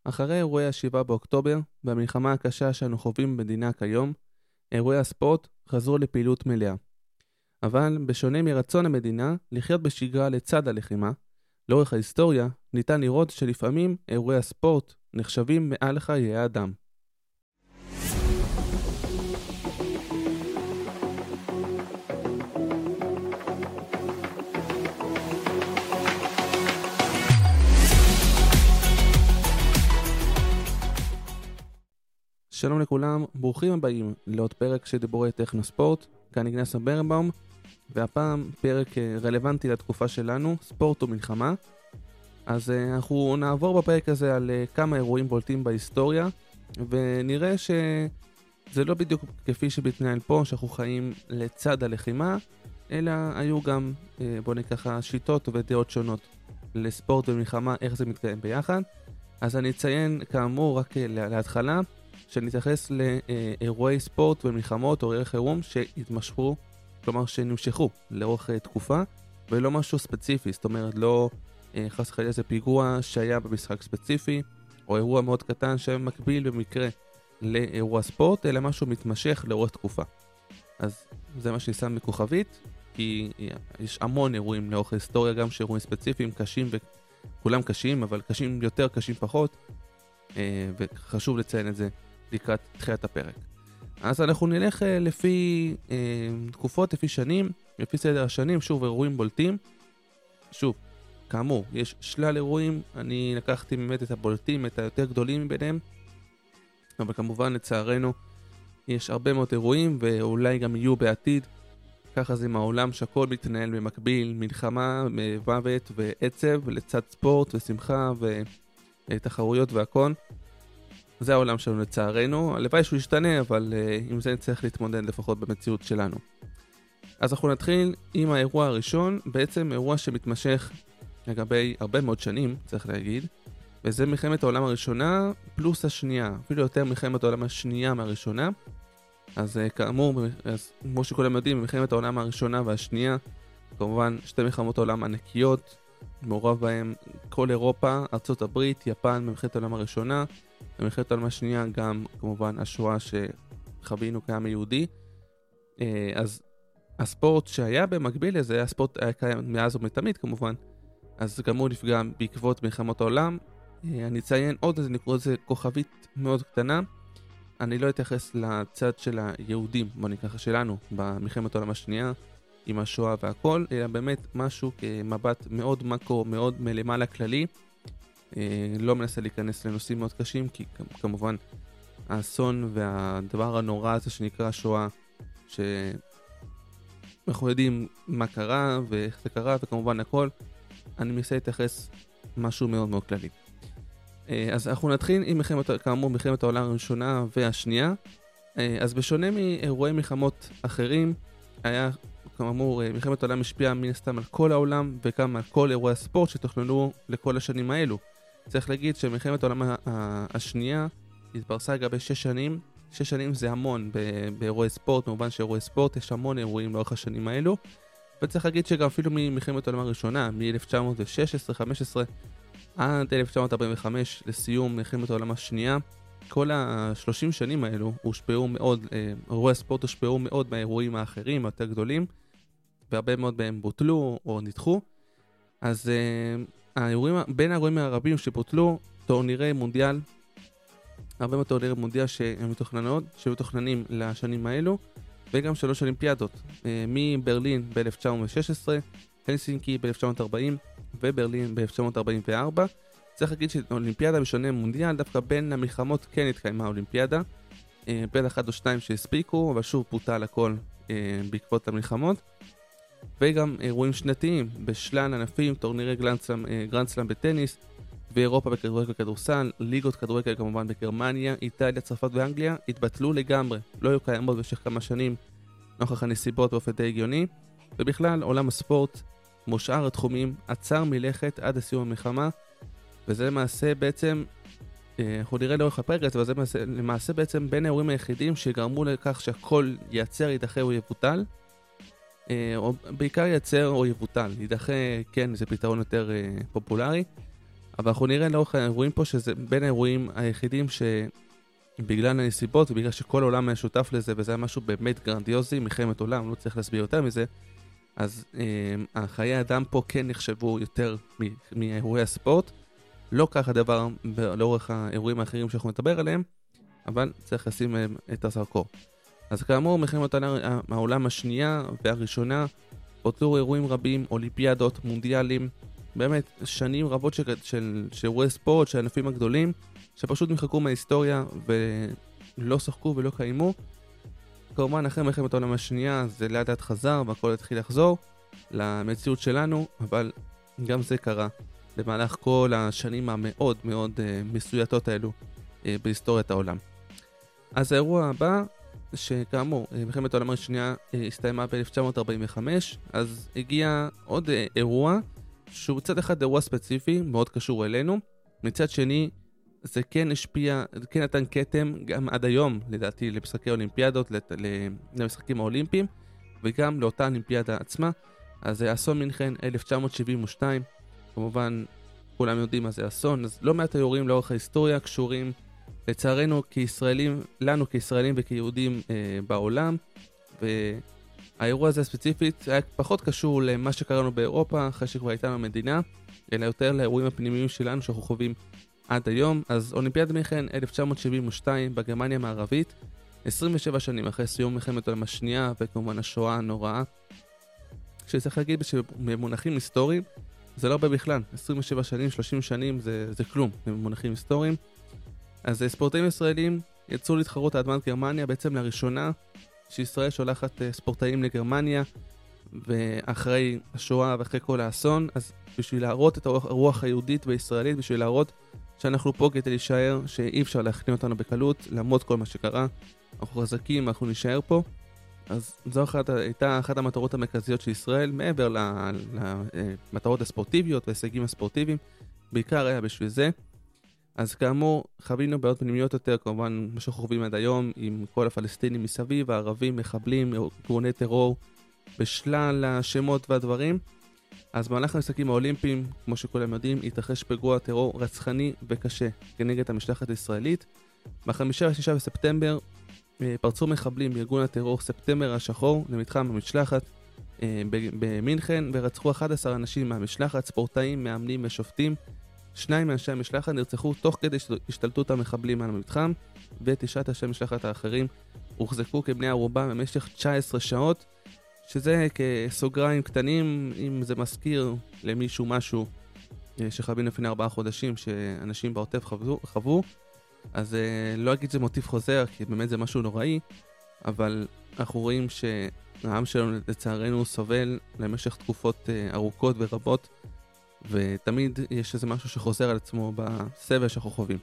אחרי אירועי ה-7 באוקטובר והמלחמה הקשה שאנו חווים במדינה כיום, אירועי הספורט חזרו לפעילות מלאה. אבל בשונה מרצון המדינה לחיות בשגרה לצד הלחימה, לאורך ההיסטוריה ניתן לראות שלפעמים אירועי הספורט נחשבים מעל חיי אדם. שלום לכולם, ברוכים הבאים לעוד פרק של דיבורי טכנוספורט. כאן איגנס ברנבאום, והפעם פרק רלוונטי לתקופה שלנו, ספורט ומלחמה. אז אנחנו נעבור בפרק הזה על כמה אירועים בולטים בהיסטוריה, ונראה שזה לא בדיוק כפי שבתנהל פה, שאנחנו חיים לצד הלחימה, אלא היו גם, בוא ניקח, שיטות ודעות שונות לספורט ומלחמה, איך זה מתקיים ביחד. אז אני אציין כאמור רק להתחלה, שנתייחס לאירועי ספורט ומלחמות או אירועי חירום שהתמשכו, כלומר שנמשכו לאורך תקופה, ולא משהו ספציפי, זאת אומרת לא חס וחלילה איזה פיגוע שהיה במשחק ספציפי, או אירוע מאוד קטן שמקביל במקרה לאירוע ספורט, אלא משהו מתמשך לאורך תקופה. אז זה מה שאני שם בכוכבית, כי יש המון אירועים לאורך ההיסטוריה, גם שאירועים ספציפיים קשים, וכולם קשים, אבל קשים יותר, קשים פחות, וחשוב לציין את זה לקראת תחילת הפרק. אז אנחנו נלך לפי תקופות, לפי שנים, לפי סדר השנים, שוב אירועים בולטים. שוב, כאמור, יש שלל אירועים, אני לקחתי באמת את הבולטים, את היותר גדולים מביניהם, אבל כמובן לצערנו יש הרבה מאוד אירועים ואולי גם יהיו בעתיד. ככה זה עם העולם שהכל מתנהל במקביל, מלחמה, מוות ועצב, לצד ספורט ושמחה ותחרויות והכל. זה העולם שלנו לצערנו, הלוואי שהוא ישתנה, אבל עם זה נצטרך להתמודד לפחות במציאות שלנו. אז אנחנו נתחיל עם האירוע הראשון, בעצם אירוע שמתמשך לגבי הרבה מאוד שנים, צריך להגיד, וזה מלחמת העולם הראשונה פלוס השנייה, אפילו יותר מלחמת העולם השנייה מהראשונה. אז כאמור, כמו שכולם יודעים, מלחמת העולם הראשונה והשנייה, כמובן שתי מלחמות העולם ענקיות, מעורב בהם כל אירופה, ארצות הברית, יפן במלחמת העולם הראשונה, במלחמת העולם השנייה גם כמובן השואה שחווינו כעם היהודי. אז הספורט שהיה במקביל לזה, הספורט היה קיים מאז ומתמיד כמובן, אז גם הוא נפגע בעקבות מלחמות העולם. אני אציין עוד איזה נקרא לזה כוכבית מאוד קטנה, אני לא אתייחס לצד של היהודים, בוא ניקח שלנו, במלחמת העולם השנייה, עם השואה והכל, אלא באמת משהו כמבט מאוד מקרו, מאוד מלמעלה כללי. לא מנסה להיכנס לנושאים מאוד קשים, כי כמובן האסון והדבר הנורא הזה שנקרא שואה, שאנחנו יודעים מה קרה ואיך זה קרה וכמובן הכל, אני מנסה להתייחס משהו מאוד מאוד כללי. אז אנחנו נתחיל עם כאמור מלחמת העולם הראשונה והשנייה. אז בשונה מאירועי מלחמות אחרים, היה כאמור מלחמת העולם השפיעה מן הסתם על כל העולם וגם על כל אירועי הספורט שתוכננו לכל השנים האלו. צריך להגיד שמלחמת העולם השנייה התפרסה לגבי 6 שנים. 6 שנים זה המון באירועי ספורט, במובן שאירועי ספורט יש המון אירועים לאורך השנים האלו. וצריך להגיד שגם אפילו ממלחמת העולם הראשונה, מ-1916-15 עד 1945 לסיום מלחמת העולם השנייה, כל ה-30 שנים האלו הושפעו מאוד, אירועי הספורט הושפעו מאוד מהאירועים האחרים היותר גדולים, והרבה מאוד בהם בוטלו או נדחו. אז בין האירועים הרבים שבוטלו, טורנירי מונדיאל, הרבה מאוד טורנירי מונדיאל שמתוכננים לשנים האלו, וגם 3 אולימפיאדות, מברלין ב-1916, הלסינקי ב-1940 וברלין ב-1944. צריך להגיד שאולימפיאדה בשונה מונדיאל, דווקא בין המלחמות כן התקיימה אולימפיאדה, בין 1 או 2 שהספיקו, אבל שוב פוטל הכל בעקבות המלחמות. וגם אירועים שנתיים בשלל ענפים, טורנירי גרנדסלאם בטניס, ואירופה בכדורגל וכדורסל, ליגות כדורגל כמובן בגרמניה, איטליה, צרפת ואנגליה, התבטלו לגמרי, לא היו קיימות במשך כמה שנים נוכח הנסיבות באופן די הגיוני, ובכלל עולם הספורט כמו שאר התחומים עצר מלכת עד לסיום המלחמה, וזה למעשה בעצם, אנחנו נראה לאורך הפרק, אבל זה למעשה בעצם בין האירועים היחידים שגרמו לכך שהכל ייעצר, יידחה או יבוטל, או בעיקר ייעצר או יבוטל, יידחה כן זה פתרון יותר פופולרי, אבל אנחנו נראה לאורך האירועים פה שזה בין האירועים היחידים שבגלל הנסיבות ובגלל שכל העולם היה שותף לזה וזה היה משהו באמת גרנדיוזי, מלחמת עולם, לא צריך להסביר יותר מזה, אז חיי האדם פה כן נחשבו יותר מאירועי הספורט. לא כך הדבר לאורך האירועים האחרים שאנחנו נדבר עליהם, אבל צריך לשים את הזרקור. אז כאמור, מלחמת העולם השנייה והראשונה, בוטלו אירועים רבים, אולימפיאדות, מונדיאלים, באמת שנים רבות של אירועי ספורט, של הענפים הגדולים, שפשוט מחקו מההיסטוריה ולא שחקו ולא קיימו. כמובן, אחרי מלחמת העולם השנייה זה לאט לאט חזר והכל התחיל לחזור למציאות שלנו, אבל גם זה קרה במהלך כל השנים המאוד מאוד מסויטות האלו בהיסטוריית העולם. אז האירוע הבא, שכאמור, מלחמת העולם השנייה הסתיימה ב-1945, אז הגיע עוד אירוע, שהוא מצד אחד אירוע ספציפי, מאוד קשור אלינו, מצד שני, זה כן השפיע, כן נתן כתם גם עד היום, לדעתי, למשחקי אולימפיאדות, למשחקים האולימפיים, וגם לאותה אולימפיאדה עצמה. אז זה אסון מינכן 1972, כמובן כולם יודעים מה זה אסון, אז לא מעט אירועים לאורך ההיסטוריה קשורים לצערנו כישראלים, לנו כישראלים וכיהודים בעולם, והאירוע הזה ספציפית היה פחות קשור למה שקראנו באירופה אחרי שכבר הייתה לנו מדינה, אלא יותר לאירועים הפנימיים שלנו שאנחנו חווים עד היום. אז אולימפיאדת מינכן 1972 בגרמניה המערבית, 27 שנים אחרי סיום מלחמת העולם השנייה וכמובן השואה הנוראה, שצריך להגיד שבמונחים היסטוריים זה לא הרבה בכלל, 27 שנים, 30 שנים זה כלום במונחים היסטוריים. אז ספורטאים ישראלים יצאו להתחרות על אדמת גרמניה, בעצם לראשונה שישראל שולחת ספורטאים לגרמניה, ואחרי השואה ואחרי כל האסון, אז בשביל להראות את הרוח היהודית והישראלית, בשביל להראות שאנחנו פה כדי להישאר, שאי אפשר להכניע אותנו בקלות, למרות כל מה שקרה, אנחנו חזקים, אנחנו נשאר פה. אז זו הייתה אחת המטרות המרכזיות של ישראל, מעבר למטרות הספורטיביות וההישגים הספורטיביים, בעיקר היה בשביל זה. אז כאמור, חווינו בעיות פנימיות יותר, כמובן מה שאנחנו חווים עד היום, עם כל הפלסטינים מסביב, הערבים, מחבלים, ארגוני טרור, בשלל השמות והדברים. אז במהלך המשחקים האולימפיים, כמו שכולם יודעים, התרחש פיגוע טרור רצחני וקשה כנגד המשלחת הישראלית. ב-5-6 בספטמבר פרצו מחבלים בארגון הטרור ספטמבר השחור למתחם המשלחת במינכן, ורצחו 11 אנשים מהמשלחת, ספורטאים, מאמנים ושופטים. 2 מאנשי המשלחת נרצחו תוך כדי השתלטות המחבלים על המתחם, ו9 אנשי המשלחת האחרים הוחזקו כבני ערובה במשך 19 שעות, שזה כסוגריים קטנים, אם זה מזכיר למישהו משהו שחווינו לפני 4 חודשים שאנשים בעוטף חוו, אז לא אגיד שזה מוטיב חוזר, כי באמת זה משהו נוראי, אבל אנחנו רואים שהעם שלנו לצערנו סובל למשך תקופות ארוכות ורבות, ותמיד יש איזה משהו שחוזר על עצמו בסבל שאנחנו חווים.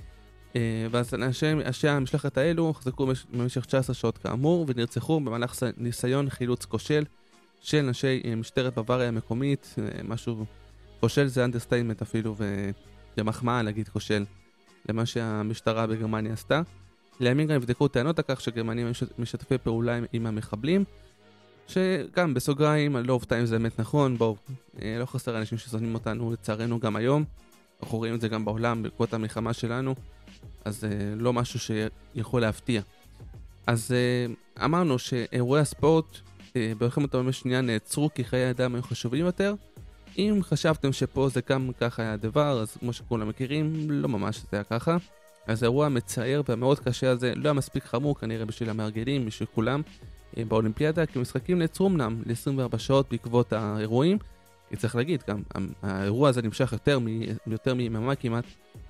ואז אנשי המשלחת האלו הוחזקו במשך 19 שעות כאמור, ונרצחו במהלך ניסיון חילוץ כושל של אנשי משטרת בוואריה המקומית. משהו כושל זה אנדרסטייטמנט אפילו, ומחמאה להגיד כושל למה שהמשטרה בגרמניה עשתה. לימים גם הבדקו טענות על כך שגרמנים משתפי פעולה עם המחבלים, שגם בסוגריים, אני לא אופתע אם זה באמת נכון. בואו, לא חסר אנשים שזונים אותנו לצערנו גם היום, אנחנו רואים את זה גם בעולם בעקבות המלחמה שלנו, אז לא משהו שיכול להפתיע. אז אמרנו שאירועי הספורט במלחמת העולם השנייה נעצרו כי חיי אדם היו חשובים יותר. אם חשבתם שפה זה גם ככה היה הדבר, אז כמו שכולם מכירים, לא ממש זה היה ככה. אז האירוע המצער והמאוד קשה הזה לא היה מספיק חמור כנראה בשביל המארגנים, בשביל כולם באולימפיאדה, כי משחקים נעצרו אמנם ל-24 שעות בעקבות האירועים. צריך להגיד, גם האירוע הזה נמשך יותר מיממה כמעט,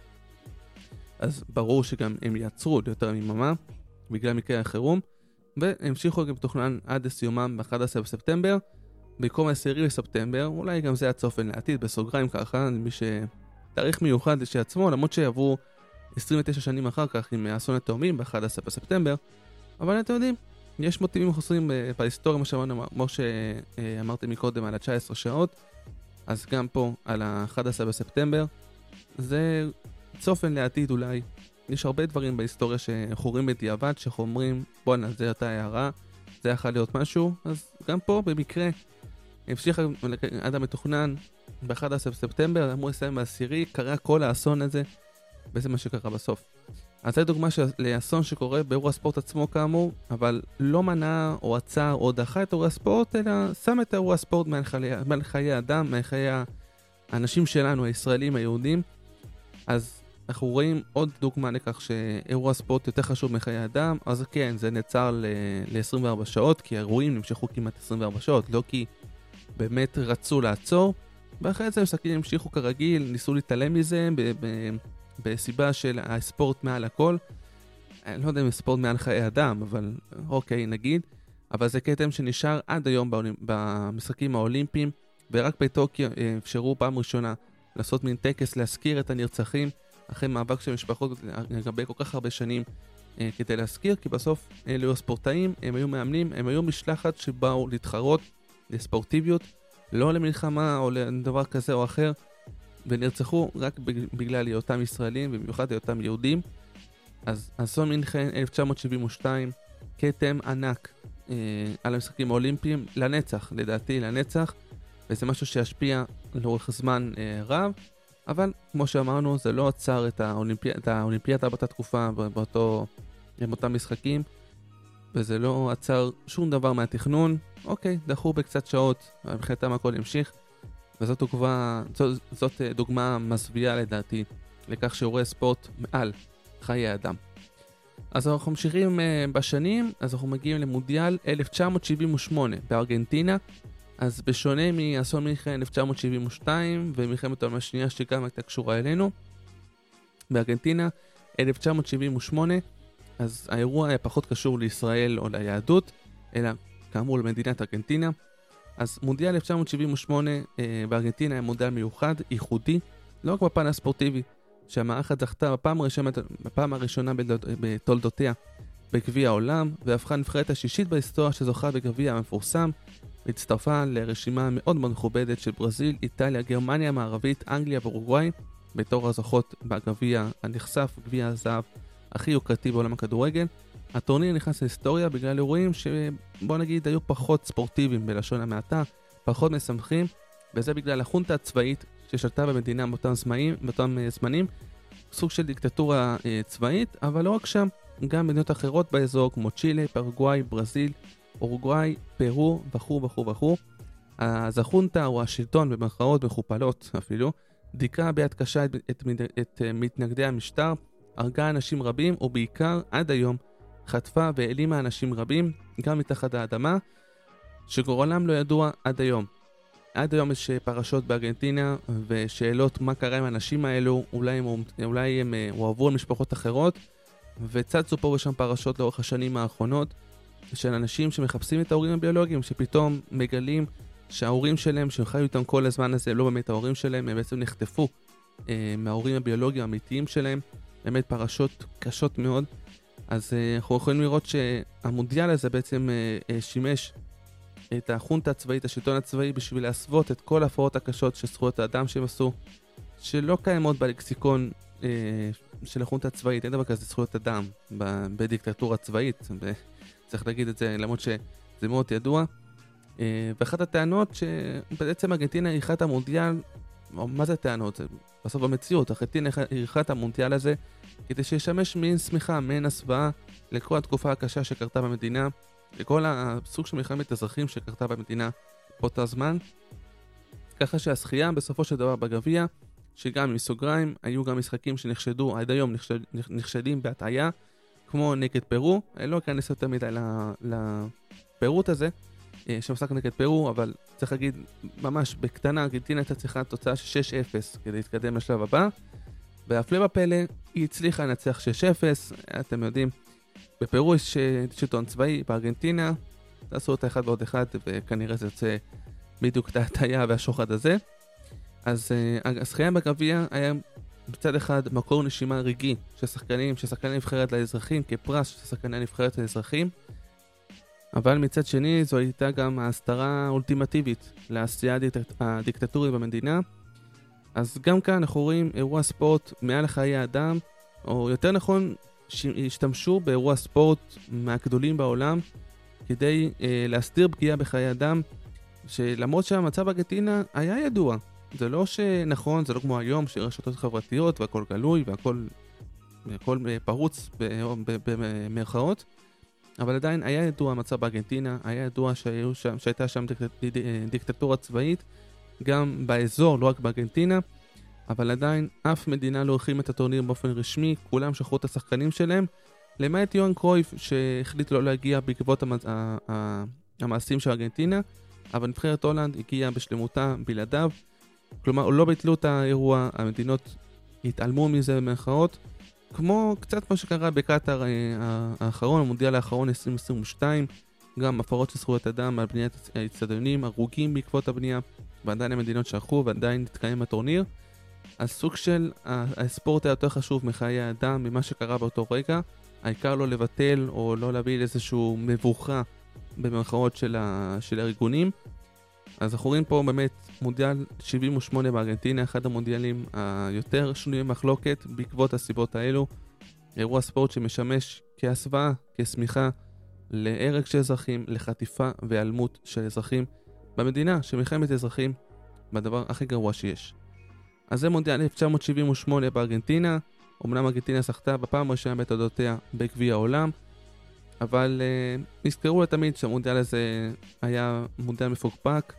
אז ברור שגם הם יעצרו ליותר מיממה בגלל מקרה החירום, והמשיכו גם תוכנן עד לסיומם ב-11 בספטמבר, במקום 10 בספטמבר. אולי גם זה הצופן לעתיד, בסוגריים ככה, למי שתאריך מיוחד שעצמו, למרות שיעברו 29 שנים אחר כך עם אסון התאומים ב-11 בספטמבר, אבל אתם יודעים, יש מוטיבים חוזרים בהיסטוריה, כמו שאמרתי מקודם על ה-19 שעות, אז גם פה על ה-11 בספטמבר, זה צופן לעתיד אולי. יש הרבה דברים בהיסטוריה שחורים בדיעבד, שאומרים, בואנה, זה אותה הערה, זה יכול להיות משהו, אז גם פה במקרה המשיך עד המתוכנן, ב-11 בספטמבר, אמרו לסיים בעשירי, קרה כל האסון הזה, וזה מה שקרה בסוף. אז זו דוגמה לאסון שקורה באירוע הספורט עצמו כאמור, אבל לא מנע או עצר או דחה את אירוע הספורט, אלא שם את אירוע הספורט מעל חיי האדם, מעל חיי האנשים שלנו, הישראלים, היהודים. אז אנחנו רואים עוד דוגמה לכך שאירוע הספורט יותר חשוב מחיי האדם, אז כן, זה נעצר ל-24 שעות, כי האירועים נמשכו כמעט 24 שעות, לא כי באמת רצו לעצור, ואחרי זה המשחקים המשיכו כרגיל, ניסו להתעלם מזה בסיבה של הספורט מעל הכל. אני לא יודע אם הספורט מעל חיי אדם, אבל אוקיי, נגיד. אבל זה כתם שנשאר עד היום במשחקים האולימפיים, ורק בטוקיו אפשרו פעם ראשונה לעשות מין טקס להזכיר את הנרצחים, אחרי מאבק של משפחות לגבי כל כך הרבה שנים כדי להזכיר, כי בסוף אלו היו ספורטאים, הם היו מאמנים, הם היו משלחת שבאו להתחרות לספורטיביות, לא למלחמה או לדבר כזה או אחר, ונרצחו רק בגלל היותם ישראלים ובמיוחד היותם יהודים. אז אסון מינכן 1972, כתם ענק על המשחקים האולימפיים, לנצח, לדעתי לנצח, וזה משהו שישפיע לאורך זמן רב, אבל כמו שאמרנו, זה לא עצר את האולימפיאדה באותה תקופה, באותם משחקים, וזה לא עצר שום דבר מהתכנון. אוקיי, דחו בקצת שעות, מבחינתם הכל המשיך, וזאת דוגמה מזוויעה לדעתי, לכך שאירועי ספורט מעל חיי אדם. אז אנחנו ממשיכים בשנים, אז אנחנו מגיעים למונדיאל 1978 בארגנטינה. אז בשונה מאסון מינכן 1972 ומלחמת העולם השנייה שגם הייתה קשורה אלינו, בארגנטינה 1978, אז האירוע היה פחות קשור לישראל או ליהדות, אלא כאמור למדינת ארגנטינה. אז מונדיאל 1978 בארגנטינה היה מונדיאל מיוחד, ייחודי, לא רק בפן הספורטיבי, שהמערכת זכתה בפעם הראשונה בתולדותיה בגביע העולם, והפכה נבחרת השישית בהיסטוריה שזוכה בגביע המפורסם, והצטרפה לרשימה מאוד מאוד מכובדת של ברזיל, איטליה, גרמניה המערבית, אנגליה ואורוגוואי, בתור הזוכות בגביע הנחשף, גביע הזהב הכי יוקרתי בעולם הכדורגל. הטורניר נכנס להיסטוריה בגלל אירועים שבוא נגיד היו פחות ספורטיביים בלשון המעטה, פחות משמחים, וזה בגלל החונטה הצבאית ששלטה במדינה באותם זמנים, סוג של דיקטטורה צבאית, אבל לא רק שם, גם מדינות אחרות באזור כמו צ'ילה, פרגוואי, ברזיל, אורוגוואי, פרו וכו'. אז החונטה או השלטון במרכאות מחופלות אפילו, דיכאה ביד קשה את מתנגדי המשטר, הרגה אנשים רבים, ובעיקר עד היום חטפה והעלימה אנשים רבים, גם מתחת האדמה, שגורלם לא ידוע עד היום. עד היום יש פרשות בארגנטינה ושאלות מה קרה עם האנשים האלו, אולי הם הועברו למשפחות אחרות, וצצו פה ושם פרשות לאורך השנים האחרונות של אנשים שמחפשים את ההורים הביולוגיים, שפתאום מגלים שההורים שלהם שחיו איתם כל הזמן הזה לא באמת ההורים שלהם, הם בעצם נחטפו מההורים הביולוגיים האמיתיים שלהם. באמת פרשות קשות מאוד. אז אנחנו יכולים לראות שהמונדיאל הזה בעצם שימש את החונטה הצבאית, השלטון הצבאי, בשביל להסוות את כל ההפרעות הקשות של זכויות האדם שהם עשו, שלא קיימות בלקסיקון של החונטה הצבאית. אין דבר כזה זכויות אדם בדיקטטורה צבאית, צריך להגיד את זה למרות שזה מאוד ידוע. ואחת הטענות שבעצם ארגנטינה אירחה את המונדיאל, מה זה טענות? זה בסוף במציאות, ארגנטינה אירחה את המונדיאל הזה כדי שישמש מעין סמיכה, מעין הסוואה לכל התקופה הקשה שקרתה במדינה, לכל הסוג של מלחמת אזרחים שקרתה במדינה באותו זמן. ככה שהשחייה בסופו של דבר בגביע, שגם מסוגריים, היו גם משחקים שנחשדו, עד היום נחשדים בהטעיה, כמו נגד פרו. לא אכנס יותר מדי לפירוט הזה, שמשחק נגד פרו, אבל צריך להגיד ממש בקטנה, ארגנטינה הייתה צריכה תוצאה של 6-0 כדי להתקדם לשלב הבא, והפלא בפלא היא הצליחה לנצח 6-0. אתם יודעים, בפרו יש שלטון צבאי, בארגנטינה תעשו אותה אחד ועוד אחד, וכנראה זה יוצא בדיוק את ההטעיה והשוחד הזה. אז השחייה בגביע היה בצד אחד מקור נשימה רגעי של שחקני נבחרת לאזרחים, כפרס של שחקני נבחרת לאזרחים, אבל מצד שני זו הייתה גם ההסתרה האולטימטיבית לעשייה הדיקטטורית במדינה. אז גם כאן אנחנו רואים אירוע ספורט מעל חיי האדם, או יותר נכון השתמשו באירוע ספורט מהגדולים בעולם כדי להסתיר פגיעה בחיי אדם, שלמרות שהמצב בארגנטינה היה ידוע, זה לא שנכון, זה לא כמו היום שרשתות חברתיות והכל גלוי והכל פרוץ במרכאות, אבל עדיין היה ידוע המצב בארגנטינה, היה ידוע שהייתה שם דיקטטורה צבאית, גם באזור, לא רק בארגנטינה, אבל עדיין אף מדינה לא החרימה את הטורניר באופן רשמי, כולם שחררו את השחקנים שלהם, למעט יוהאן קרויף שהחליט לא להגיע בעקבות המעשים של ארגנטינה, אבל נבחרת הולנד הגיעה בשלמותה בלעדיו, כלומר לא ביטלו את האירוע, המדינות התעלמו מזה במרכאות, כמו קצת מה שקרה בקטר האחרון, המונדיאל האחרון 2022, גם הפרות של זכויות אדם על בניית האצטדיונים, הרוגים בעקבות הבנייה, ועדיין המדינות שכחו ועדיין התקיים הטורניר. אז סוג של הספורט היה יותר חשוב מחיי האדם, ממה שקרה באותו רגע, העיקר לא לבטל או לא להביא לאיזשהו מבוכה במרכאות של הארגונים. אז אנחנו רואים פה באמת מונדיאל 78 בארגנטינה, אחד המונדיאלים היותר שנויים במחלוקת בעקבות הסיבות האלו. אירוע ספורט שמשמש כהסוואה, כסמיכה להרג של אזרחים, לחטיפה והיעלמות של אזרחים במדינה, שמלחמת אזרחים בדבר הכי גרוע שיש. אז זה מונדיאל 1978 בארגנטינה, אמנם ארגנטינה זכתה בפעם הראשונה בתולדותיה בגביע העולם, אבל נזכרו לתמיד שהמונדיאל הזה היה מונדיאל מפוקפק,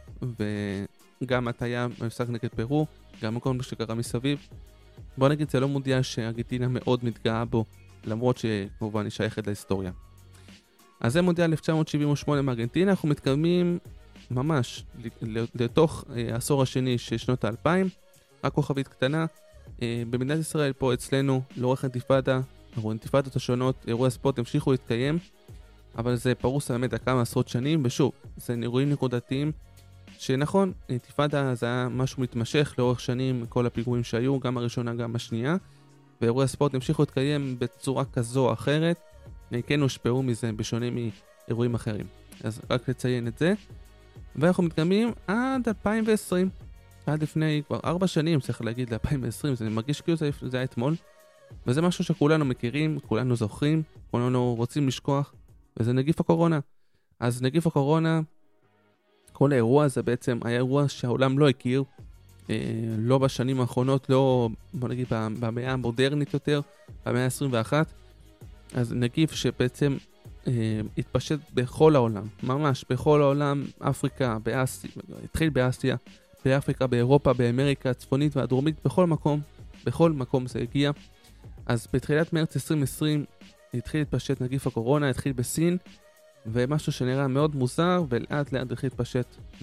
וגם היה משחק נגד פרו, גם מקום שקרה מסביב. בוא נגיד, זה לא מונדיאל שארגנטינה מאוד מתגאה בו, למרות שכמובן היא שייכת להיסטוריה. אז זה מונדיאל 1978 מארגנטינה, אנחנו מתקדמים ממש לתוך העשור השני של שנות ה-2000, רק כוכבית קטנה, במדינת ישראל פה אצלנו לאורך אינתיפאדה, או אינתיפאדות השונות, אירועי הספורט המשיכו להתקיים, אבל זה פרוס באמת כמה עשרות שנים, ושוב, זה אירועים נקודתיים, שנכון, אינתיפאדה זה היה משהו מתמשך לאורך שנים, כל הפיגועים שהיו, גם הראשונה גם השנייה, ואירועי הספורט המשיכו להתקיים בצורה כזו או אחרת, כן הושפעו מזה בשונה מאירועים אחרים. אז רק לציין את זה, ואנחנו מתקדמים עד 2020, עד לפני כבר 4 שנים, צריך להגיד ל-2020, זה מרגיש כאילו זה היה אתמול, וזה משהו שכולנו מכירים, כולנו זוכרים, כולנו רוצים לשכוח, וזה נגיף הקורונה. אז נגיף הקורונה, כל האירוע הזה בעצם היה אירוע שהעולם לא הכיר, לא בשנים האחרונות, לא בוא נגיד במאה המודרנית יותר, במאה ה-21, אז נגיף שבעצם התפשט בכל העולם, ממש בכל העולם, אפריקה, באסיה, התחיל באסיה, באפריקה, באירופה, באמריקה הצפונית והדרומית, בכל מקום זה הגיע. אז בתחילת מרץ 2020 התחיל להתפשט נגיף הקורונה, התחיל בסין, ומשהו שנראה מאוד מוזר, ולאט לאט התחיל להתפשט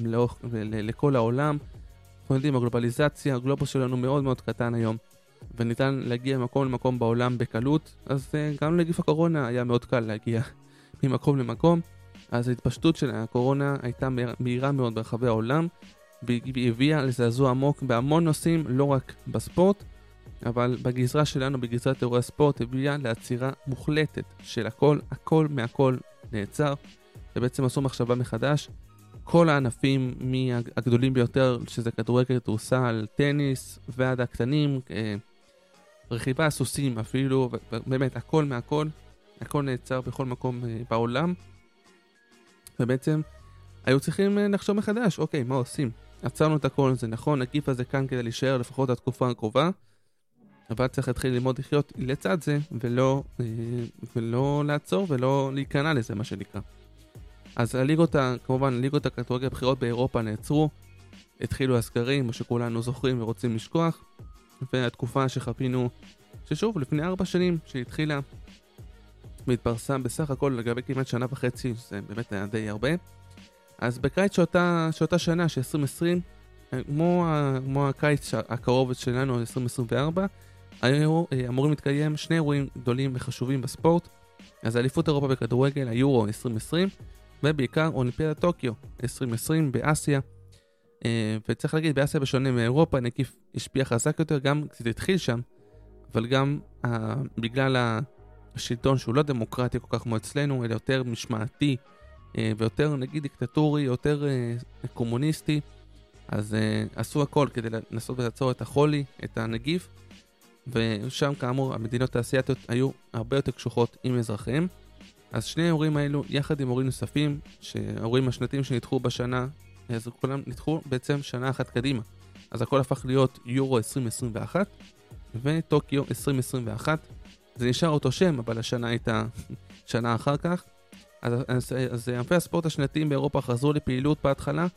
לכל העולם. אנחנו יודעים, הגלובליזציה, הגלובוס שלנו מאוד מאוד קטן היום, וניתן להגיע ממקום למקום בעולם בקלות, אז גם לנגיף הקורונה היה מאוד קל להגיע ממקום למקום. אז ההתפשטות של הקורונה הייתה מהירה מאוד ברחבי העולם, והיא הביאה לזעזוע עמוק בהמון נושאים, לא רק בספורט, אבל בגזרה שלנו, בגזרת אירועי הספורט, הביאה לעצירה מוחלטת של הכל מהכל נעצר, ובעצם עשו מחשבה מחדש. כל הענפים מהגדולים ביותר, שזה כדורגל, כדורסל, טניס, ועד הקטנים, רכיבה, סוסים אפילו, באמת הכל מהכל, הכל נעצר בכל מקום בעולם, ובעצם היו צריכים לחשוב מחדש, אוקיי, מה עושים? עצרנו את הכל, זה נכון, הגיף הזה כאן כדי להישאר לפחות התקופה הקרובה, אבל צריך להתחיל ללמוד לחיות לצד זה, ולא לעצור ולא להיכנע לזה, מה שנקרא. אז כמובן, ליגות הכדורגל הבחירות באירופה נעצרו, התחילו הסגרים, מה שכולנו זוכרים ורוצים לשכוח, והתקופה שחפינו, ששוב, לפני 4 שנים, שהתחילה והתפרסם בסך הכל לגבי כמעט 1.5 שנה, זה באמת היה די הרבה. אז בקיץ שאותה שנה, של 2020, כמו הקיץ הקרוב שלנו, 2024, היו אמורים להתקיים 2 אירועים גדולים וחשובים בספורט. אז האליפות אירופה בכדורגל, היורו 2020, ובעיקר אולימפיאדת טוקיו 2020 באסיה. וצריך להגיד, באסיה בשונה מאירופה, הנגיף השפיע חזק יותר, גם קצת התחיל שם, אבל גם בגלל השלטון שהוא לא דמוקרטי כל כך כמו אצלנו, אלא יותר משמעתי, ויותר נגיד דיקטטורי, יותר קומוניסטי, אז עשו הכל כדי לנסות ולעצור את החולי, את הנגיף, ושם כאמור המדינות האסייתיות היו הרבה יותר קשוחות עם אזרחיהם. אז 2 האירועים האלו יחד עם אירועים נוספים, שהאירועים השנתיים שנדחו בשנה, אז כולם נדחו בעצם שנה אחת קדימה. אז הכל הפך להיות יורו 2021 וטוקיו 2021. זה נשאר אותו שם, אבל השנה הייתה שנה אחר כך. אז ענפי הספורט השנתיים באירופה חזרו לפעילות בהתחלה,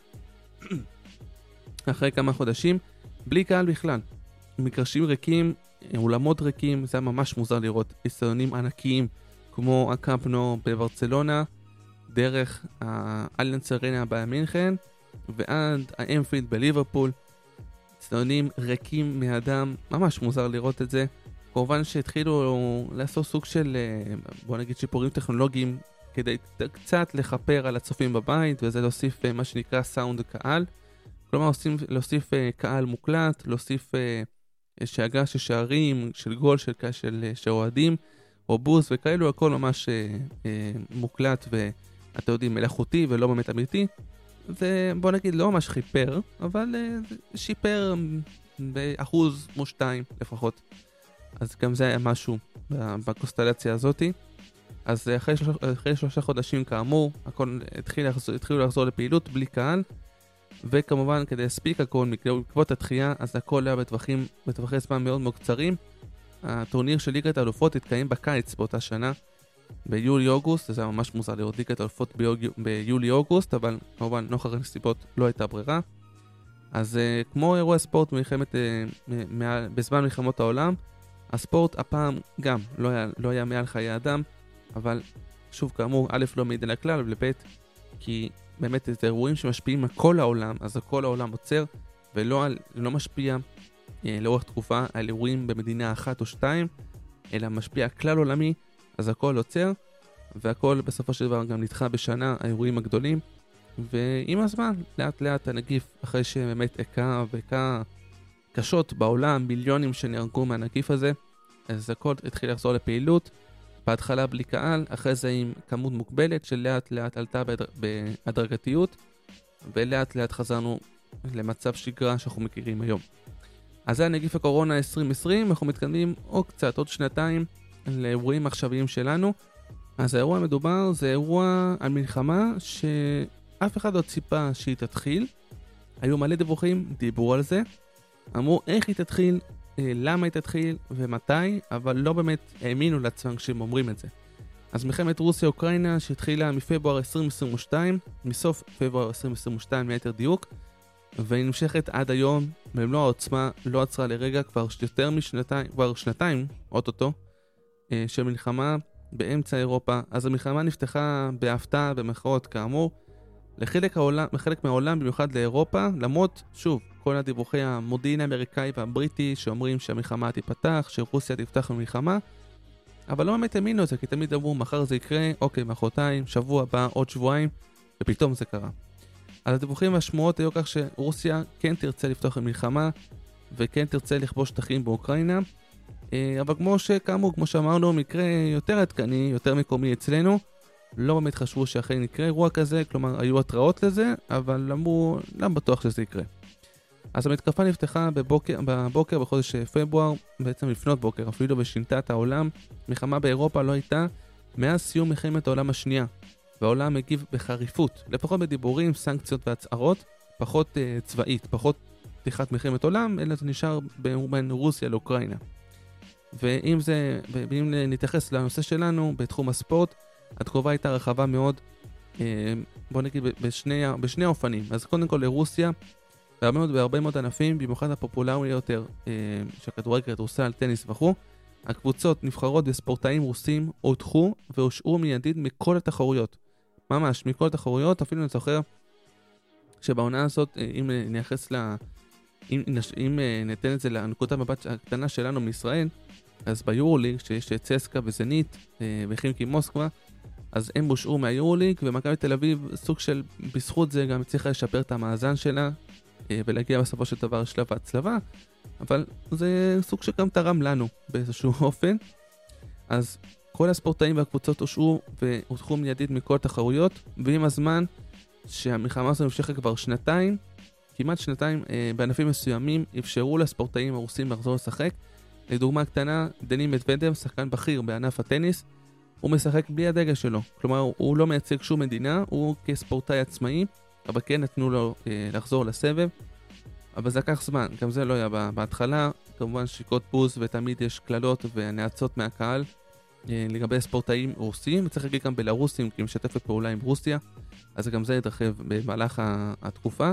אחרי כמה חודשים, בלי קהל בכלל. מגרשים ריקים, אולמות ריקים, זה היה ממש מוזר לראות אצטדיונים ענקיים, כמו הקאמפ נו בברצלונה, דרך האליאנס ארינה במינכן, ועד האנפילד בליברפול, אצטדיונים ריקים מאדם, ממש מוזר לראות את זה. כמובן שהתחילו לעשות סוג של, בוא נגיד, שיפורים טכנולוגיים, כדי קצת לחפר על הצופים בבית, וזה להוסיף מה שנקרא סאונד קהל. כלומר, להוסיף קהל מוקלט, להוסיף שאגה של שערים, של גול, של אוהדים, או בוז וכאלו, הכל ממש מוקלט ואתה יודעים, מלאכותי ולא באמת אמיתי. זה, בוא נגיד, לא ממש חיפר, אבל שיפר באחוז או 2 לפחות. אז גם זה היה משהו בקונסטלציה הזאת. אז אחרי 3 חודשים כאמור, הכל התחילו לחזור לפעילות בלי קהל, וכמובן כדי להספיק הכל בעקבות התחייה, אז הכל היה בטווחי זמן מאוד מאוד קצרים. הטורניר של ליגת האלופות התקיים בקיץ באותה שנה, ביולי-אוגוסט. זה היה ממש מוזר לראות ליגת האלופות ביולי-אוגוסט, אבל כמובן נוכח הנסיבות לא הייתה ברירה. אז כמו אירוע ספורט בזמן מלחמות העולם, הספורט הפעם גם לא היה מעל חיי אדם, אבל שוב כאמור, א' לא מעיד על הכלל, וב' כי באמת זה אירועים שמשפיעים על כל העולם, אז כל העולם עוצר, ולא משפיע לאורך תקופה על אירועים במדינה אחת או 2, אלא משפיע כלל עולמי, אז הכל עוצר, והכל בסופו של דבר גם נדחה בשנה, האירועים הגדולים, ועם הזמן, לאט לאט הנגיף, אחרי שבאמת הכה קשות בעולם, מיליונים שנהרגו מהנגיף הזה, אז הכל התחיל לחזור לפעילות, בהתחלה בלי קהל, אחרי זה עם כמות מוגבלת שלאט לאט עלתה בהדרגתיות, ולאט לאט חזרנו למצב שגרה שאנחנו מכירים היום. אז זה נגיף הקורונה 2020, אנחנו מתקדמים עוד 2 לאירועים עכשוויים שלנו. אז האירוע המדובר זה אירוע על מלחמה שאף אחד לא ציפה שהיא תתחיל. היו מלא דיווחים, דיברו על זה, אמרו איך היא תתחיל, למה היא תתחיל ומתי, אבל לא באמת האמינו לעצמם כשהם אומרים את זה. אז מלחמת רוסיה-אוקראינה שהתחילה מפברואר 2022, מסוף פברואר 2022 ליתר דיוק, והיא נמשכת עד היום במלוא העוצמה, לא עצרה לרגע, כבר שנתיים, אוטוטו, של מלחמה באמצע אירופה. אז המלחמה נפתחה בהפתעה במחאות כאמור, לחלק מהעולם, במיוחד לאירופה, למרות, שוב, כל הדיווחי המודיעין האמריקאי והבריטי שאומרים שהמלחמה תיפתח, שרוסיה תפתח במלחמה, אבל לא באמת האמינו את זה, כי תמיד אמרו, מחר זה יקרה, אוקיי, מחרתיים, שבוע הבא, עוד שבועיים, ופתאום זה קרה. אז הדיווחים והשמועות היו כך שרוסיה כן תרצה לפתוח במלחמה, וכן תרצה לכבוש שטחים באוקראינה, אבל כמו שאמרנו, מקרה יותר עדכני, יותר מקומי אצלנו, לא באמת חשבו שאכן יקרה אירוע כזה, כלומר היו התראות לזה, אבל אמרו, לא בטוח שזה יקרה. אז המתקפה נפתחה בבוקר בחודש פברואר, בעצם לפנות בוקר, אפילו בשינתה את העולם. מלחמה באירופה לא הייתה מאז סיום מלחמת העולם השנייה, והעולם מגיב בחריפות, לפחות בדיבורים, סנקציות והצהרות, פחות צבאית, פחות פתיחת מלחמת עולם, אלא זה נשאר בין רוסיה לאוקראינה. ואם נתייחס לנושא שלנו בתחום הספורט, התגובה הייתה רחבה מאוד, בוא נגיד בשני האופנים. אז קודם כל לרוסיה, בהרבה מאוד ענפים, במיוחד הפופולרי יותר, שכדורגל, כדורסל, טניס וכו', הקבוצות נבחרות בספורטאים רוסים הודחו והושעו מיידית מכל התחרויות. ממש, מכל התחרויות. אפילו אני זוכר שבעונה הזאת, אם ניתן את זה לנקודת מבט הקטנה שלנו מישראל, אז ביורוליג, שיש צסקה וזנית וחימקי מוסקבה, אז הם הושעו מהיורוליג, ומכבי תל אביב, סוג של, בזכות זה גם הצליחה לשפר את המאזן שלה, ולהגיע בסופו של דבר שלב ההצלבה, אבל זה סוג שגם תרם לנו באיזשהו אופן. אז כל הספורטאים והקבוצות הושעו והודחו מיידית מכל תחרויות, ועם הזמן שהמלחמה הזו נמשכת כבר כמעט שנתיים, בענפים מסוימים אפשרו לספורטאים הרוסים לחזור לשחק. לדוגמה קטנה, דני מדוודב, שחקן בכיר בענף הטניס, הוא משחק בלי הדגל שלו, כלומר הוא לא מייצג שום מדינה, הוא כספורטאי עצמאי, אבל כן נתנו לו לחזור לסבב. אבל זה לקח זמן, גם זה לא היה בהתחלה, כמובן שיקות בוז ותמיד יש כללות ונאצות מהקהל לגבי ספורטאים רוסים, וצריך להגיד גם בלרוסים, כי היא משתפת פעולה עם רוסיה, אז גם זה יתרחב במהלך התקופה.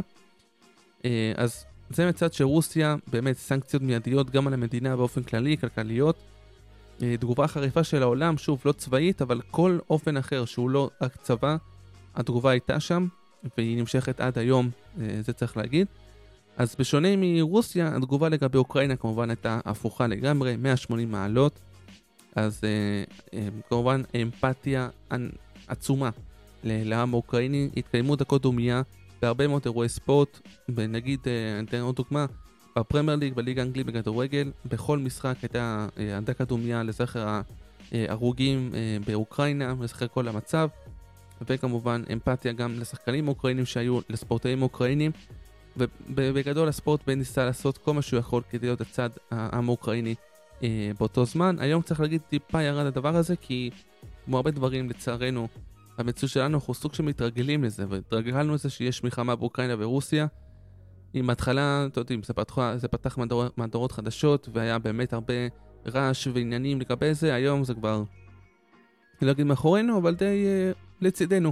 אז זה מצד שרוסיה באמת סנקציות מיידיות גם על המדינה באופן כללי, כלכליות, תגובה חריפה של העולם, שוב לא צבאית, אבל כל אופן אחר שהוא לא רק צבא, התגובה הייתה שם, והיא נמשכת עד היום, זה צריך להגיד. אז בשונה מרוסיה, התגובה לגבי אוקראינה כמובן הייתה הפוכה לגמרי, 180 מעלות, אז כמובן אמפתיה עצומה לעם האוקראיני, התקיימו דקות דומייה בהרבה מאוד אירועי ספורט, ונגיד, נתן עוד דוגמה, בפרמייר ליג, בליגה האנגלית בכדורגל, בכל משחק הייתה דקה דומייה לזכר ההרוגים באוקראינה, לזכר כל המצב, וכמובן אמפתיה גם לשחקנים אוקראינים שהיו לספורטאים אוקראינים, ובגדול הספורט ניסה לעשות כל מה שהוא יכול כדי להיות הצד העם האוקראיני באותו זמן. היום צריך להגיד טיפה ירד הדבר הזה, כי כמו הרבה דברים לצערנו, המציאות שלנו אנחנו סוג שמתרגלים לזה, והתרגלנו לזה שיש מלחמה באוקראינה ורוסיה. עם התחלה, אתם יודעים, זה פתח מהדורות חדשות, והיה באמת הרבה רעש ועניינים לגבי זה. היום זה כבר, לא אגיד מאחורינו, אבל די לצידנו.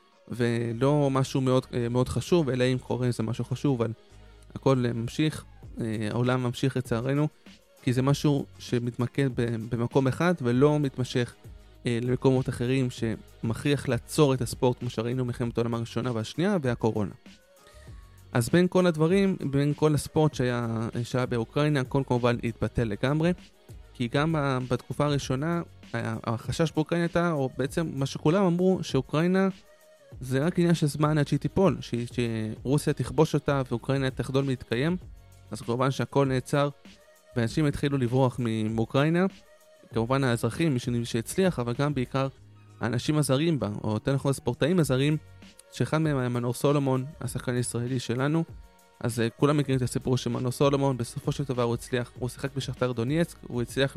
ולא משהו מאוד, מאוד חשוב, אלא אם קורה זה משהו חשוב, אבל הכל ממשיך, העולם ממשיך לצערנו, כי זה משהו שמתמקד במקום אחד, ולא מתמשך למקומות אחרים, שמכריח לעצור את הספורט, כמו שראינו מלחמת העולם הראשונה והשנייה, והקורונה. אז בין כל הדברים, בין כל הספורט שהיה באוקראינה, הכל כמובן התבטל לגמרי, כי גם בתקופה הראשונה, החשש באוקראינה הייתה, או בעצם מה שכולם אמרו, שאוקראינה זה רק עניין של זמן עד שהיא תיפול, שרוסיה תכבוש אותה ואוקראינה תחדול מלהתקיים, אז כמובן שהכל נעצר, ואנשים התחילו לברוח מאוקראינה, כמובן האזרחים, מי שהצליח, אבל גם בעיקר האנשים הזרים בה, או יותר נכון הספורטאים הזרים, שאחד מהם היה מנור סולומון, השחקן הישראלי שלנו, אז כולם מכירים את הסיפור של מנור סולומון, בסופו של דבר הוא הצליח, הוא שיחק בשכתר דונייצק, הוא הצליח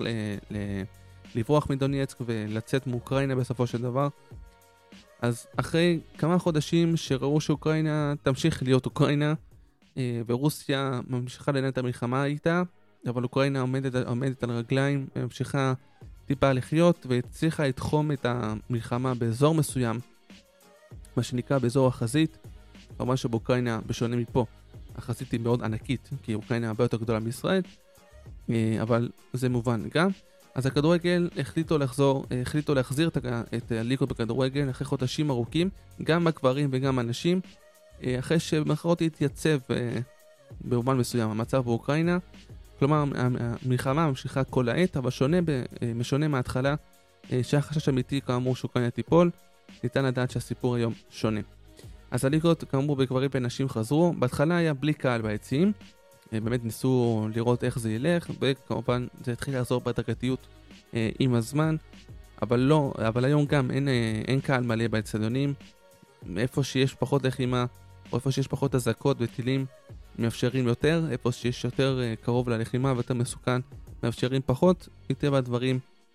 לברוח מדונייצק ולצאת מאוקראינה בסופו של דבר. אז אחרי כמה חודשים שראו שאוקראינה תמשיך להיות אוקראינה, ורוסיה ממשיכה לנהל את המלחמה איתה, אבל אוקראינה עומדת על רגליים, ממשיכה טיפה לחיות, והצליחה לתחום את המלחמה באזור מסוים, מה שנקרא באזור החזית. כמובן שבאוקראינה, בשונה מפה, החזית היא מאוד ענקית, כי אוקראינה הרבה יותר גדולה מישראל, אבל זה מובן גם. אז הכדורגל החליטו להחזיר את הליגות בכדורגל אחרי חודשים ארוכים, גם בגברים וגם הנשים, אחרי שמחרות התייצב באומן מסוים המצב באוקראינה. כלומר, המלחמה ממשיכה כל העת, אבל משונה מההתחלה, שהיה חשש אמיתי כאמור שאוקראינה תיפול, ניתן לדעת שהסיפור היום שונה. אז הליגות כאמור בגברים ונשים חזרו, בהתחלה היה בלי קהל ביציעים, באמת ניסו לראות איך זה ילך, וכמובן זה התחיל לחזור בהדרגתיות עם הזמן, אבל היום גם אין קהל מלא באצטדיונים, איפה שיש פחות לחימה, או איפה שיש פחות אזעקות וטילים, מאפשרים יותר, איפה שיש יותר קרוב ללחימה ויותר מסוכן, מאפשרים פחות. מטבע הדברים,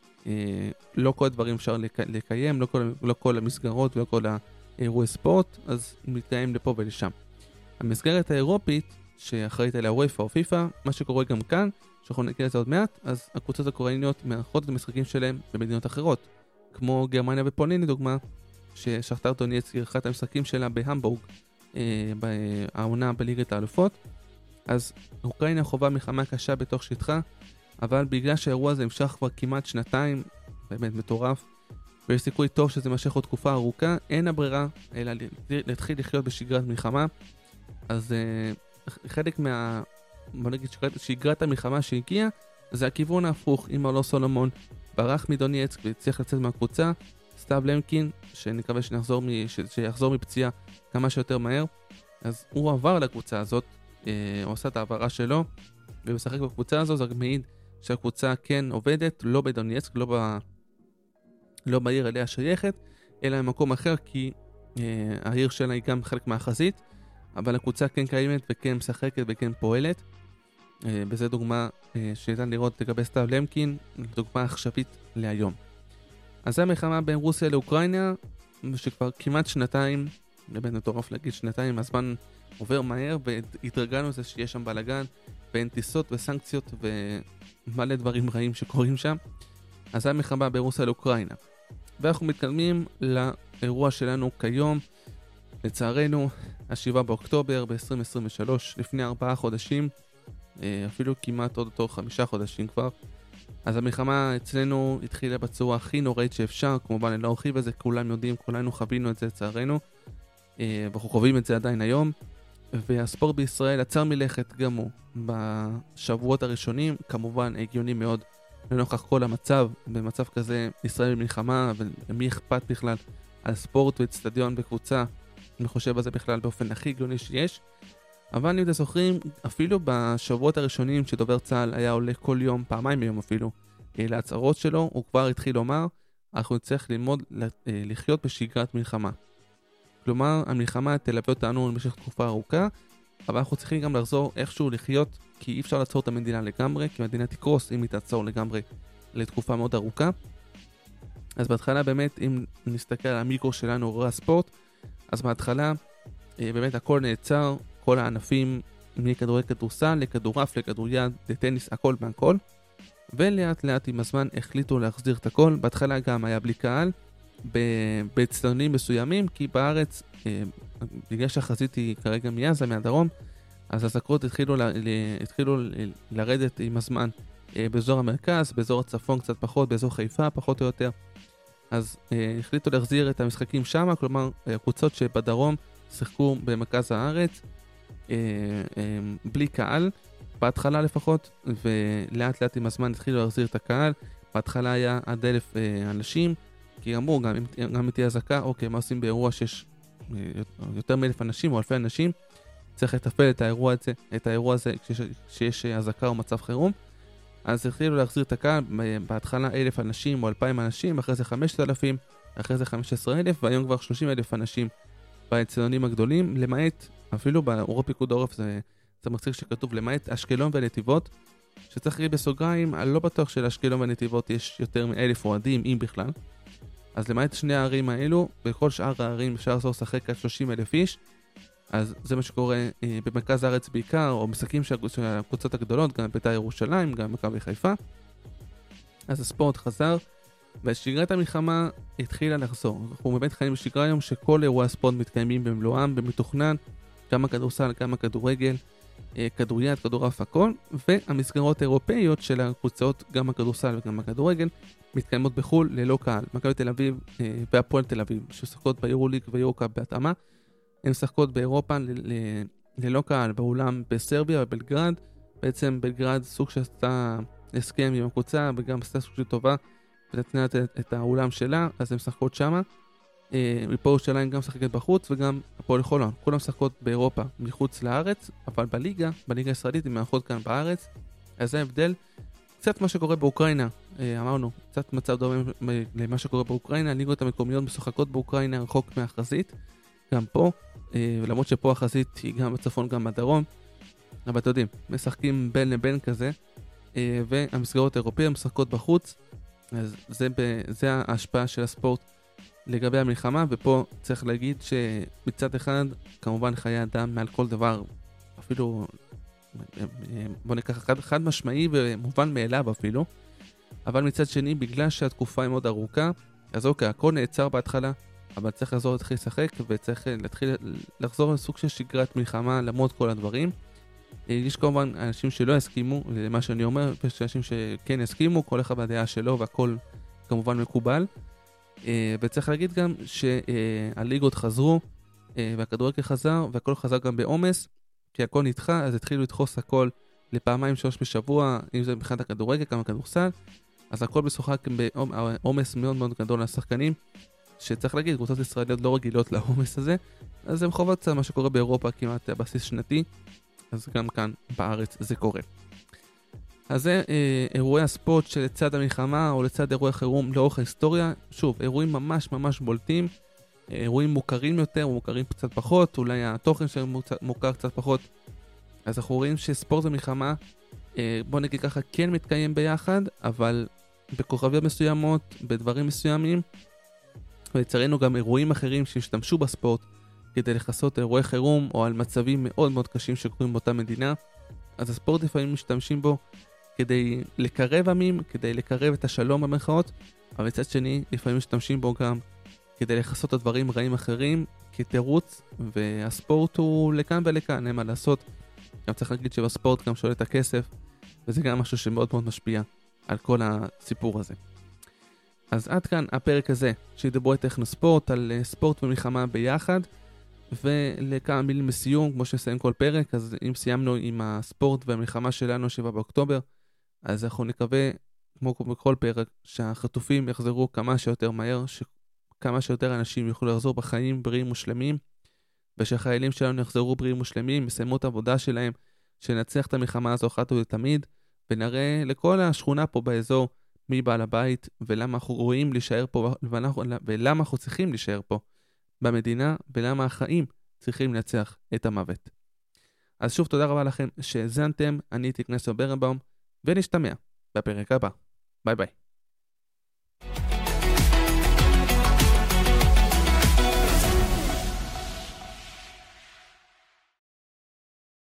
לא כל הדברים אפשר לקיים, לא כל המסגרות ולא כל האירועי ספורט, אז מתקיים לפה ולשם. המסגרת האירופית, שאחראית עליה וופא או פיפא, מה שקורה גם כאן, שאנחנו נקרא לזה עוד מעט, אז הקבוצות הקוריאניות מארחות את המשחקים שלהם במדינות אחרות, כמו גרמניה ופולין לדוגמה, ששכתר דונייצק אירחה את המשחקים שלה בהמבורג, העונה בליגת האלופות. אז אוקראינה חובה מלחמה קשה בתוך שטחה, אבל בגלל שהאירוע הזה נמשך כבר כמעט שנתיים, באמת מטורף, ויש סיכוי טוב שזה משך עוד תקופה ארוכה, אין הברירה אלא להתחיל לחיות בשגרת מלחמה. אז חלק בוא נגיד שגרת המלחמה שהגיעה, זה הכיוון ההפוך. אם מנור סולומון ברח מדונייצק והצליח לצאת מהקבוצה, סטאב למקין, שנקווה שיחזור מפציעה כמה שיותר מהר, אז הוא עבר לקבוצה הזאת, הוא עשה את העברה שלו, ומשחק בקבוצה הזו. זה מעיד שהקבוצה כן עובדת, לא בדונייצק, לא בעיר אליה שייכת, אלא במקום אחר, כי העיר שלה היא גם חלק מהחזית, אבל הקבוצה כן קיימת וכן משחקת וכן פועלת. וזה דוגמה שניתן לראות לגבי סטאב למקין, דוגמה עכשווית להיום. אז זה המלחמה בין רוסיה לאוקראינה, שכבר כמעט שנתיים, באמת מטורף להגיד שנתיים, הזמן עובר מהר, והתרגלנו לזה שיש שם בלגן, ואין טיסות וסנקציות ומלא דברים רעים שקורים שם. אז זה המלחמה ברוסיה לאוקראינה. ואנחנו מתקדמים לאירוע שלנו כיום, לצערנו, ה7 באוקטובר ב-2023, לפני 4 חודשים, אפילו כמעט עוד אותו 5 חודשים כבר. אז המלחמה אצלנו התחילה בצורה הכי נוראית שאפשר, כמובן אני לא ארחיב על זה, כולם יודעים, כולנו חווינו את זה לצערנו, ואנחנו חווים את זה עדיין היום. והספורט בישראל עצר מלכת גם הוא בשבועות הראשונים, כמובן הגיוני מאוד לנוכח כל המצב, במצב כזה ישראל במלחמה, ומי אכפת בכלל על ספורט ואצטדיון בקבוצה, אני חושב על זה בכלל באופן הכי הגיוני שיש. אבל אם אתם זוכרים, אפילו בשבועות הראשונים שדובר צה"ל היה עולה כל יום, פעמיים ביום אפילו, להצהרות שלו, הוא כבר התחיל לומר, אנחנו נצטרך ללמוד לחיות בשגרת מלחמה. כלומר, המלחמה תלווה אותנו במשך תקופה ארוכה, אבל אנחנו צריכים גם לחזור איכשהו לחיות, כי אי אפשר לעצור את המדינה לגמרי, כי המדינה תקרוס אם היא תעצור לגמרי לתקופה מאוד ארוכה. אז בהתחלה באמת, אם נסתכל על המיקרו שלנו, אירועי הספורט, אז בהתחלה באמת הכל נעצר, כל הענפים מכדורגל כדורסל, לכדורעף, לכדוריד, לטניס, הכל מהכל. ולאט לאט עם הזמן החליטו להחזיר את הכל. בהתחלה גם היה בלי קהל, באצטדיונים מסוימים, כי בארץ, בגלל שהחזית היא כרגע מעזה, מהדרום, אז הזכרות התחילו לרדת עם הזמן באזור המרכז, באזור הצפון קצת פחות, באזור חיפה פחות או יותר. אז החליטו להחזיר את המשחקים שם, כלומר הקבוצות שבדרום שיחקו במרכז הארץ, בלי קהל, בהתחלה לפחות, ולאט לאט עם הזמן התחילו להחזיר את הקהל. בהתחלה היה עד 1,000 אנשים, כי אמרו, גם אם תהיה אזעקה, אוקיי, מה עושים באירוע שיש יותר מ1,000 אנשים או אלפי אנשים, צריך לתפעל את האירוע הזה כשיש אזעקה או מצב חירום. אז התחילו להחזיר את הקהל, בהתחלה 1,000 אנשים או 2,000 אנשים, אחרי זה 5,000, אחרי זה 15,000, והיום כבר 30,000 אנשים באצטדיונים הגדולים, למעט, אפילו באירוע פיקוד העורף זה מצחיק שכתוב למעט אשקלון ונתיבות, שצריך להגיד בסוגריים, אני לא בטוח שלאשקלון ונתיבות יש יותר מ1,000 אוהדים, אם בכלל. אז למעט שני הערים האלו, בכל שאר הערים אפשר לעשות לשחק עד 30,000 איש, אז זה מה שקורה במרכז הארץ בעיקר, או משחקים של הקבוצות הגדולות, גם בית"ר ירושלים, גם מכבי חיפה. אז הספורט חזר, ושגרת המלחמה התחילה לחזור. אנחנו באמת חיים בשגרה היום שכל אירועי הספורט מתקיימים במלואם, במתוכנן, גם הכדורסל, גם הכדורגל, כדוריד, כדורעף, הכל, והמסגרות האירופאיות של הקבוצות, גם הכדורסל וגם הכדורגל, מתקיימות בחול ללא קהל. מכבי תל אביב והפועל תל אביב, ששחקות ביורוליג ויורוקאפ בהתאמה, הן משחקות באירופה ללא קהל, באולם בסרביה ובלגרד. בעצם בלגרד סוג שעשתה הסכם עם הקבוצה, וגם עשתה סוג של טובה, ונתנה את האולם שלה, אז הן משחקות שמה. מפה ירושלים גם משחקת בחוץ, וגם הפועל חולון. כולם משחקות באירופה מחוץ לארץ, אבל בליגה הישראלית, הן מארחות כאן בארץ. אז זה ההבדל. קצת מה שקורה באוקראינה, אמרנו, קצת מצב דומה למה שקורה באוקראינה, הליגות המקומיות משחקות באוקראינה רחוק מהחזית, גם פה, למרות שפה החזית היא גם בצפון גם בדרום, אבל אתם יודעים, משחקים בין לבין כזה, והמסגרות האירופאיות משחקות בחוץ, אז זה ההשפעה של הספורט לגבי המלחמה. ופה צריך להגיד שמצד אחד, כמובן חיי אדם מעל כל דבר, אפילו בוא ניקח חד משמעי ומובן מאליו אפילו, אבל מצד שני, בגלל שהתקופה היא מאוד ארוכה, אז אוקיי, הכל נעצר בהתחלה, אבל צריך להתחיל לשחק, וצריך לחזור לסוג של שגרת מלחמה למרות כל הדברים. יש כמובן אנשים שלא יסכימו למה שאני אומר, ויש אנשים שכן יסכימו, כל אחד בדעה שלו, והכל כמובן מקובל. וצריך להגיד גם שהליגות חזרו, והכדורגל חזר, והכל חזר גם בעומס, כי הכל נדחה, אז התחילו לדחוס הכל לפעמיים 3 בשבוע, אם זה מבחינת הכדורגל, גם הכדורסל, אז הכל משוחק בעומס מאוד מאוד גדול לשחקנים, שצריך להגיד, קבוצות ישראליות לא רגילות לעומס הזה, אז הם חוות קצת מה שקורה באירופה כמעט בסיס שנתי, אז גם כאן בארץ זה קורה. אז זה אירועי הספורט שלצד המלחמה או לצד אירועי חירום לאורך ההיסטוריה. שוב, אירועים ממש ממש בולטים, אירועים מוכרים יותר או מוכרים קצת פחות, אולי התוכן שלהם מוכר קצת פחות. אז אנחנו רואים שספורט ומלחמה, בוא נגיד ככה, כן מתקיים ביחד, אבל בכוכביות מסוימות, בדברים מסוימים, ולצערנו גם אירועים אחרים שהשתמשו בספורט כדי לכסות אירועי חירום או על מצבים מאוד מאוד קשים שקורים באותה מדינה. אז הספורט לפעמים משתמשים בו כדי לקרב עמים, כדי לקרב את השלום במרכאות, אבל מצד שני לפעמים משתמשים בו גם כדי לכסות את הדברים רעים אחרים כתירוץ, והספורט הוא לכאן ולכאן, אין מה לעשות. גם צריך להגיד שבספורט גם שולט הכסף, וזה גם משהו שמאוד מאוד משפיע על כל הסיפור הזה. אז עד כאן הפרק הזה שידברו את טכנוספורט על ספורט ומלחמה ביחד, ולכמה מילים לסיום, כמו שנסיים כל פרק. אז אם סיימנו עם הספורט והמלחמה שלנו 7 באוקטובר, אז אנחנו נקווה, כמו בכל פרק, שהחטופים יחזרו כמה שיותר מהר, שכמה שיותר אנשים יוכלו לחזור בחיים בריאים ושלמים, ושהחיילים שלנו יחזרו בריאים ושלמים, יסיימו את העבודה שלהם, שנצליח את המלחמה הזו אחת ולתמיד, ונראה לכל השכונה פה באזור מי בעל הבית, ולמה אנחנו רואים להישאר פה, ולמה אנחנו צריכים להישאר פה במדינה, ולמה החיים צריכים לנצח את המוות. אז שוב תודה רבה לכם שהזנתם, אני הייתי כנסו ברנבאום, ונשתמע בפרק הבא. ביי ביי.